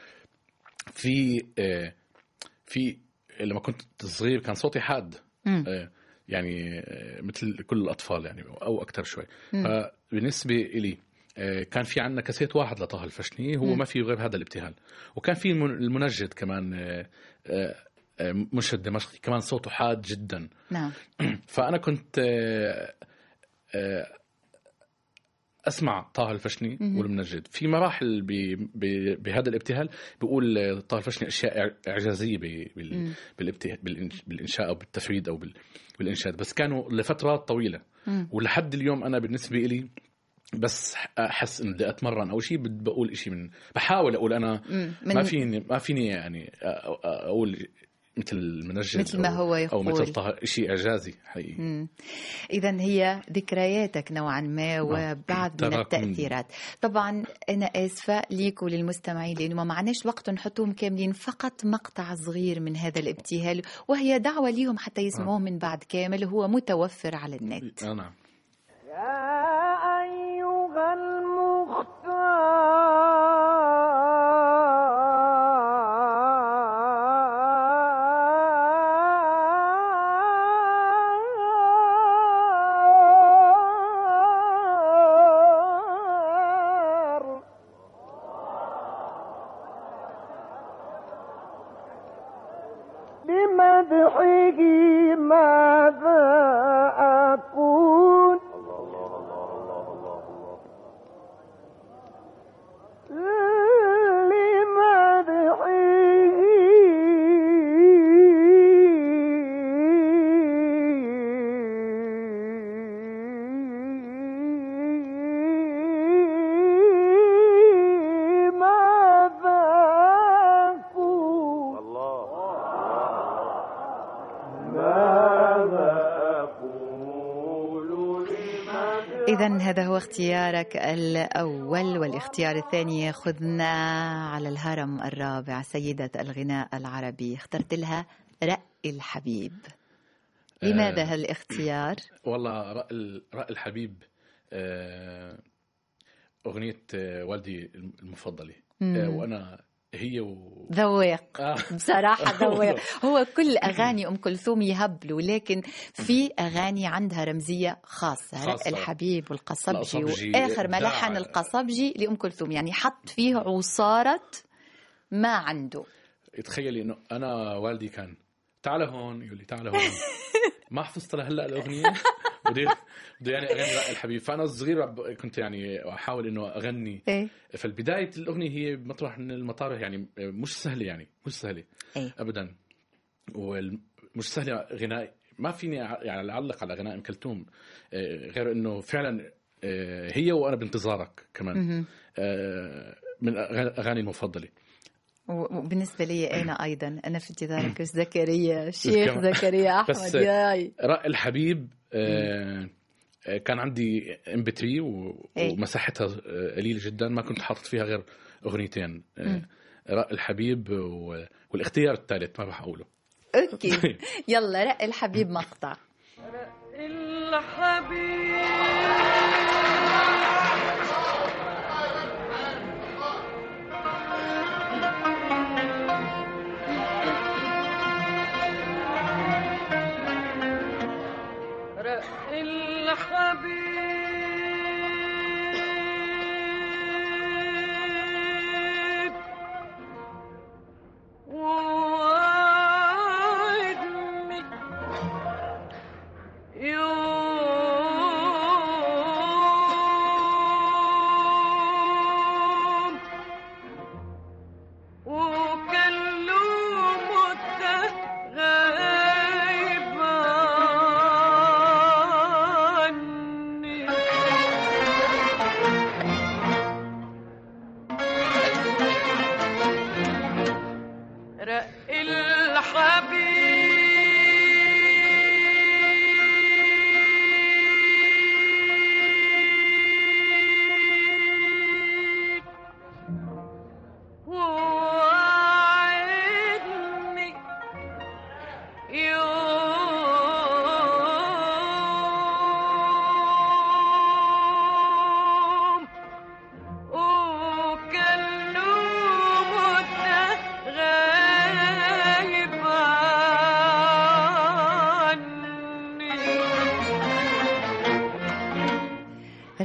في لما كنت صغير كان صوتي حاد، يعني مثل كل الأطفال يعني أو أكتر شوي. فبالنسبة إلي كان في عنا كاسيت واحد لطه الفشني، هو ما في غير هذا الابتهال. وكان في المنجد كمان مشهد دمشقي كمان صوته حاد جدا. نعم. فأنا كنت اسمع طه الفشني والمنجد في مراحل بهذا الابتهال. بيقول طه الفشني اشياء اعجازيه بالانشاء او بالتفريد او بالانشاد، بس كانوا لفترات طويله. ولحد اليوم انا بالنسبه لي بس احس ان بدي اتمرن او شيء بقول شيء بحاول اقول انا ما فيني يعني اقول مثل المنجد مثل ما هو يقول أو مثل طه شيء إعجازي حقيقي. إذن هي ذكرياتك نوعا ما وبعض من التأثيرات. طبعا أنا آسفة ليك وللمستمعين لأنه ما معناش وقت نحطهم كاملين، فقط مقطع صغير من هذا الابتهال، وهي دعوة ليهم حتى يسمعوه من بعد كامل، هو متوفر على النت. نعم. يا أيها المختار لمدحه ماذا أقول إذن هذا هو اختيارك الأول، والاختيار الثاني يأخذنا على الهرم الرابع، سيدة الغناء العربي، اخترت لها رأي الحبيب. لماذا هالاختيار؟ والله رأي الحبيب أغنية والدي المفضلة، وأنا هي ذواق بصراحة ذواق. هو كل أغاني أم كلثوم يهبلوا، لكن في أغاني عندها رمزية خاصة. رأي الحبيب والقصبجي، وآخر ما لحن القصبجي لأم كلثوم، يعني حط فيه عصارة ما عنده. تخيلي إنه أنا والدي كان تعال هون، يقول لي تعال هون ما حفظت لهلا الأغنية بدي يعني أغني رأي الحبيب. فأنا صغير كنت يعني أحاول إنه أغني. فالبداية الأغنية هي مطرح من المطار، يعني مش سهلة، يعني مش سهلة أبدا، ومش سهلة غناء. ما فيني يعني أعلق على غناء أم كلثوم غير إنه فعلا هي وأنا بانتظارك كمان من أغاني المفضلة. وبالنسبة لي أنا أيضا أنا في انتظارك زكريا، شيخ زكريا أحمد. ياي رأي الحبيب كان عندي MP3 ومساحتها قليلة جدا، ما كنت حاطط فيها غير أغنيتين، رأي الحبيب والاختيار الثالث ما راح أقوله. أوكي يلا رأي الحبيب مقطع. رأي الحبيب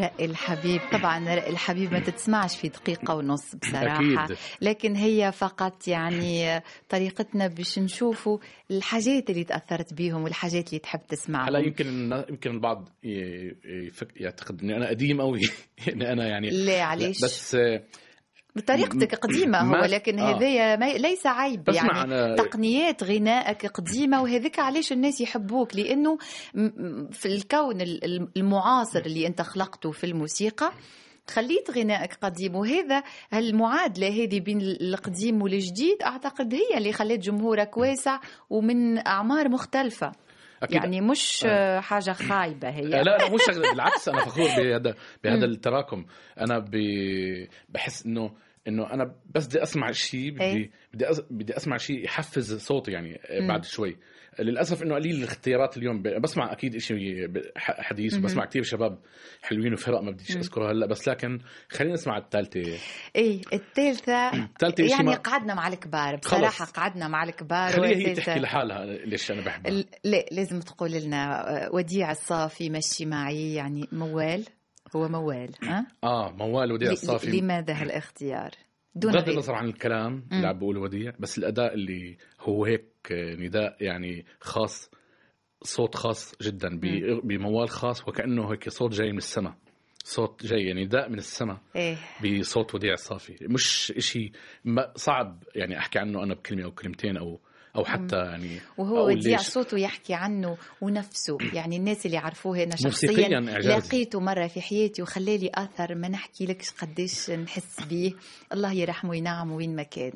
رق الحبيب. طبعا رق الحبيب ما تتسمعش في دقيقة ونص بصراحة أكيد. لكن هي فقط يعني طريقتنا باش نشوفوا الحاجات اللي تأثرت بيهم والحاجات اللي تحب تسمعهم. هلا يمكن البعض يعتقد اني انا قديم قوي يعني انا يعني لا علاش؟ بس بطريقتك قديمة هو لكن هذا ليس عيب يعني تقنيات غنائك قديمة وهذاك علاش الناس يحبوك لأنه في الكون المعاصر اللي أنت خلقته في الموسيقى خليت غنائك قديم. وهذا المعادلة هذه بين القديم والجديد أعتقد هي اللي خلت جمهورك واسع ومن أعمار مختلفة. أكيد. يعني مش حاجة خايبة هي. لا مش بالعكس أنا فخور بهذا التراكم. أنا بحس إنه أنا بس بدي أسمع شيء بدي أسمع شيء يحفز صوتي يعني بعد شوي. للأسف إنه قليل الاختيارات اليوم. بسمع أكيد إشي حديث وبسمع كتير شباب حلوين وفرق ما بديش أذكرها هلا بس لكن خلينا نسمع الثالثة. الثالثة يعني قعدنا مع الكبار بصراحة قعدنا مع الكبار خليها هي تحكي لحالها ليش أنا بحبها. لا لازم تقول لنا وديع الصافي مشي معي يعني موال هو موال موال وديع الصافي. لماذا هالاختيار؟ بغض النظر عن الكلام اللي عم بقوله وديع بس الأداء اللي هو هيك نداء يعني خاص صوت خاص جدا بموال خاص وكأنه هيك صوت جاي من السماء صوت جاي نداء من السماء بصوت وديع الصافي. مش إشي صعب يعني أحكي عنه أنا بكلمة أو كلمتين أو حتى يعني وهو وديع صوته يحكي عنه ونفسه يعني الناس اللي عرفوه أنا شخصيا لقيته مرة في حياتي وخلالي أثر ما نحكي لكش قديش نحس بيه. الله يرحمه وينعمه وين ما كان.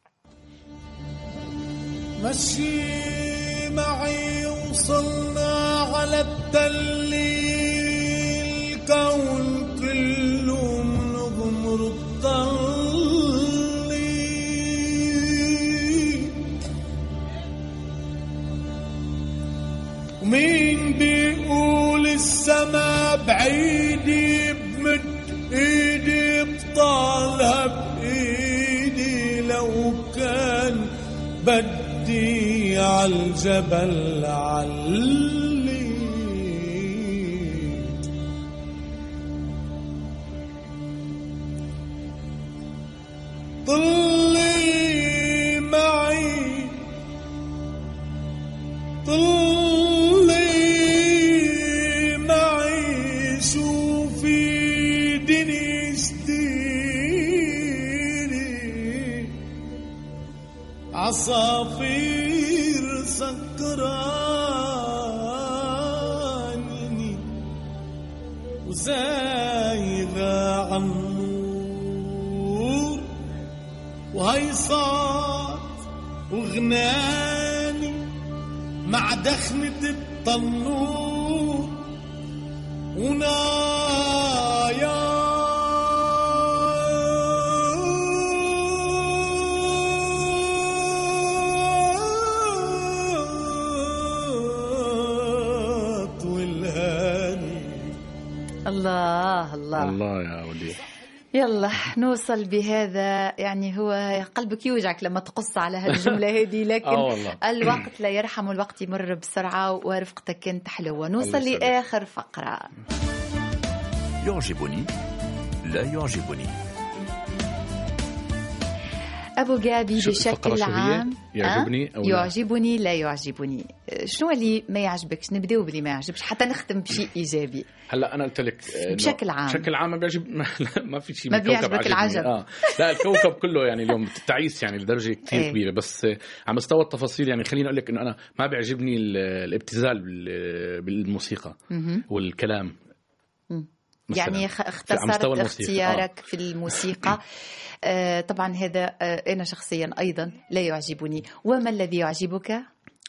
مشي معي وصلنا على التل الكون كله منغمر الضل ومين بيقول السما بعيدي بمد ايدي بطالها بايدي لو كان بدي عالجبل علي طلي معي شوفي دني ستيري عصافير سكراني وزايغة عالنور وهيصات وغناني مع دخنة التنور ونايا الله الله الله يا ولي. يلا نوصل بهذا يعني هو قلبك يوجعك لما تقص على هالجملة هذه لكن الوقت لا يرحم الوقت يمر بسرعة ورفقتك كانت حلوة. نوصل لآخر فقرة. يعجبني لا يعجبني. أبو جابي بشكل عام يعجبني أو يعجبني لا يعجبني. شنو اللي ما يعجبكش؟ نبدأ باللي ما يعجبش حتى نختم بشيء إيجابي. هلا أنا قلت لك بشكل عام ما بيعجب ما في شيء ما بيعجبك العجب. لا الكوكب كله يعني اليوم تعيس يعني لدرجة كتير كبيرة بس على مستوى التفاصيل يعني خليني أقول لك إنه أنا ما بيعجبني الابتذال بالموسيقى والكلام يعني اختصرت اختيارك في الموسيقى. طبعا هذا أنا شخصيا أيضا لا يعجبني. وما الذي يعجبك؟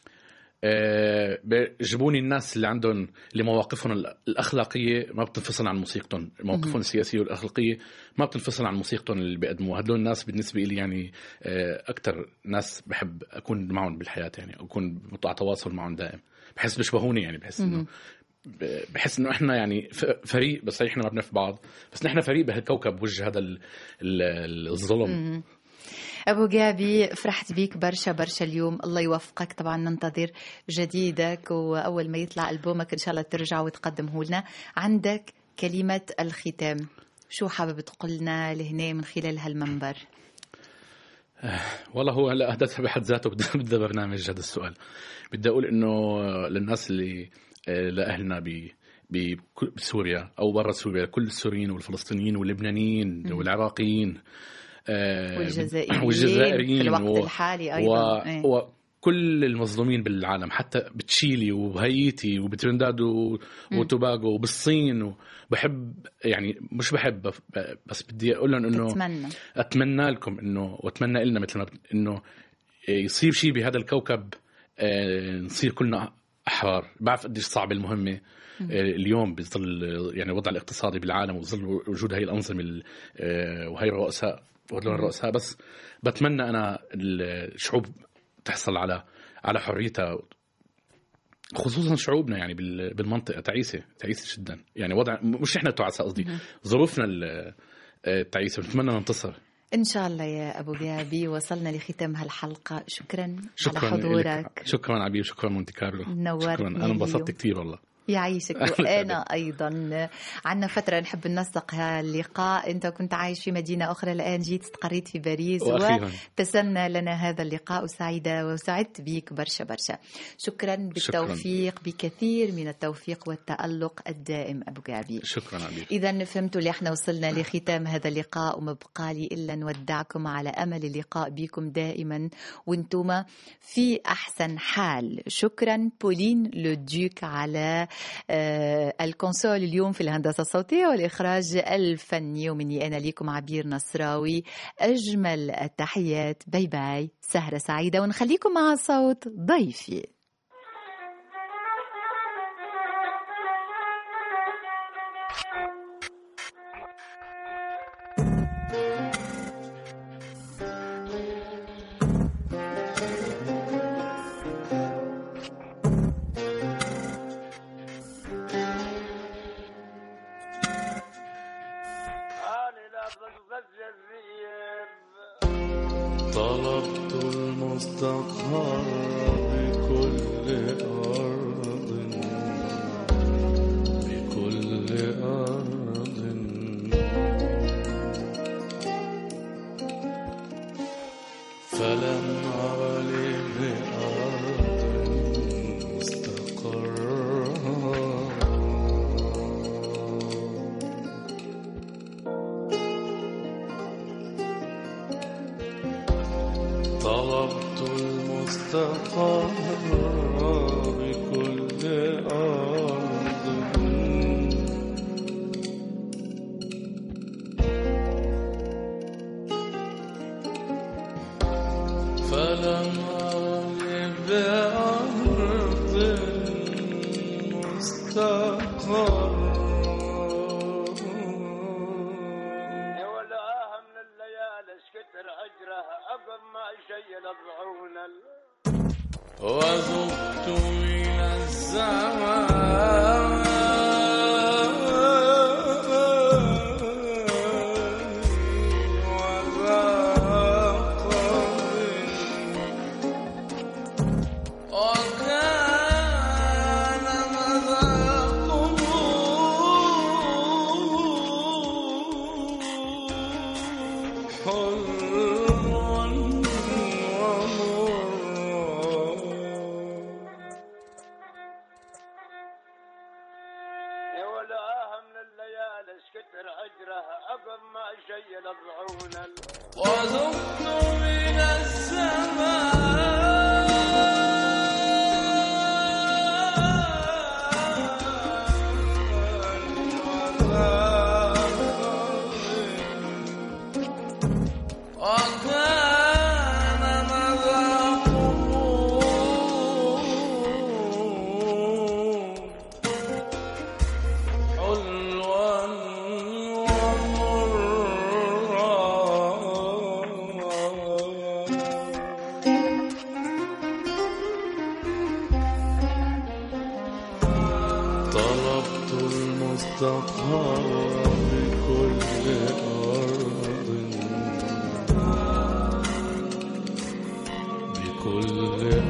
بيعجبوني الناس اللي عندهم اللي مواقفهم الأخلاقية ما بتنفصل عن موسيقتهم. مواقفهم السياسية والأخلاقية ما بتنفصل عن موسيقتهم اللي بيقدموها. هدول الناس بالنسبة لي يعني أكتر ناس بحب أكون معهم بالحياة يعني أكون على تواصل معهم دائم. بحس بشبهوني يعني بحس إنه إحنا يعني فريق بس إحنا ما بنعرف بعض بس نحن فريق بهالكوكب وجه هذا الظلم. أبو جابي فرحت بيك برشا اليوم. الله يوفقك. طبعا ننتظر جديدك وأول ما يطلع ألبومك إن شاء الله ترجع وتقدمه لنا. عندك كلمة الختام، شو حابب تقولنا لهنا من خلال هالمنبر؟ والله هو هلا أحدثها بحد ذاته بدأ برنامج. هذا السؤال بدي أقول إنه للناس اللي لأهلنا بسوريا أو برا سوريا، كل السوريين والفلسطينيين واللبنانيين والعراقيين والجزائريين في الوقت الحالي أيضا وكل المظلومين بالعالم، حتى بتشيلي وبهايتي وبترنداد وتوباغو وبالصين. وبحب يعني مش بحب بس بدي أقول لهم إنه أتمنى لكم إنه وأتمنى لنا مثلنا إنه يصير شيء بهذا الكوكب، نصير كلنا أحرار. بعرف قديش صعب المهمة اليوم بظل يعني الوضع الاقتصادي بالعالم وظل وجود هاي الأنظمة وهي الرؤساء وهدول الرؤساء، بس بتمنى أنا الشعوب تحصل على حريتها، خصوصا شعوبنا يعني بالمنطقة تعيسة جدا. يعني وضع مش إحنا تعسى، قصدي ظروفنا التعيسة، بنتمنى ننتصر إن شاء الله. يا أبو غابي وصلنا لختام هالحلقة، شكرا على حضورك. شكرا عبير، شكرا مونتي كارلو، شكرا. أنا انبسطت كتير والله. يعيشك. وأنا أيضا عنا فترة نحب ننسق هاللقاء. أنت كنت عايش في مدينة أخرى، الآن جيت استقريت في باريس وتسنى لنا هذا اللقاء، وسعيدة وسعدت بيك برشا برشا. شكرا، بالتوفيق، بكثير من التوفيق والتألق الدائم أبو غابي. شكرا عبير. إذا فهمتوا اللي احنا وصلنا لختام هذا اللقاء، وما بقى لي إلا نودعكم على أمل اللقاء بكم دائما وانتم في أحسن حال. شكرا بولين لودوك على الكونسول اليوم في الهندسة الصوتية والإخراج الفني، ومني أنا ليكم عبير نصراوي أجمل التحيات. باي باي، سهرة سعيدة، ونخليكم مع صوت ضيفي. طلبت المستقر بكل أرض، بكل أرض، فلم أر لي بأرض مستقرة. طلبت المستقر بكل أرض، فلم أر بأرض مستقر. وذقت من الزمان وذاق وكان مذاقه حلوا وذقت من طلبت المستقر بكل أرض، بكل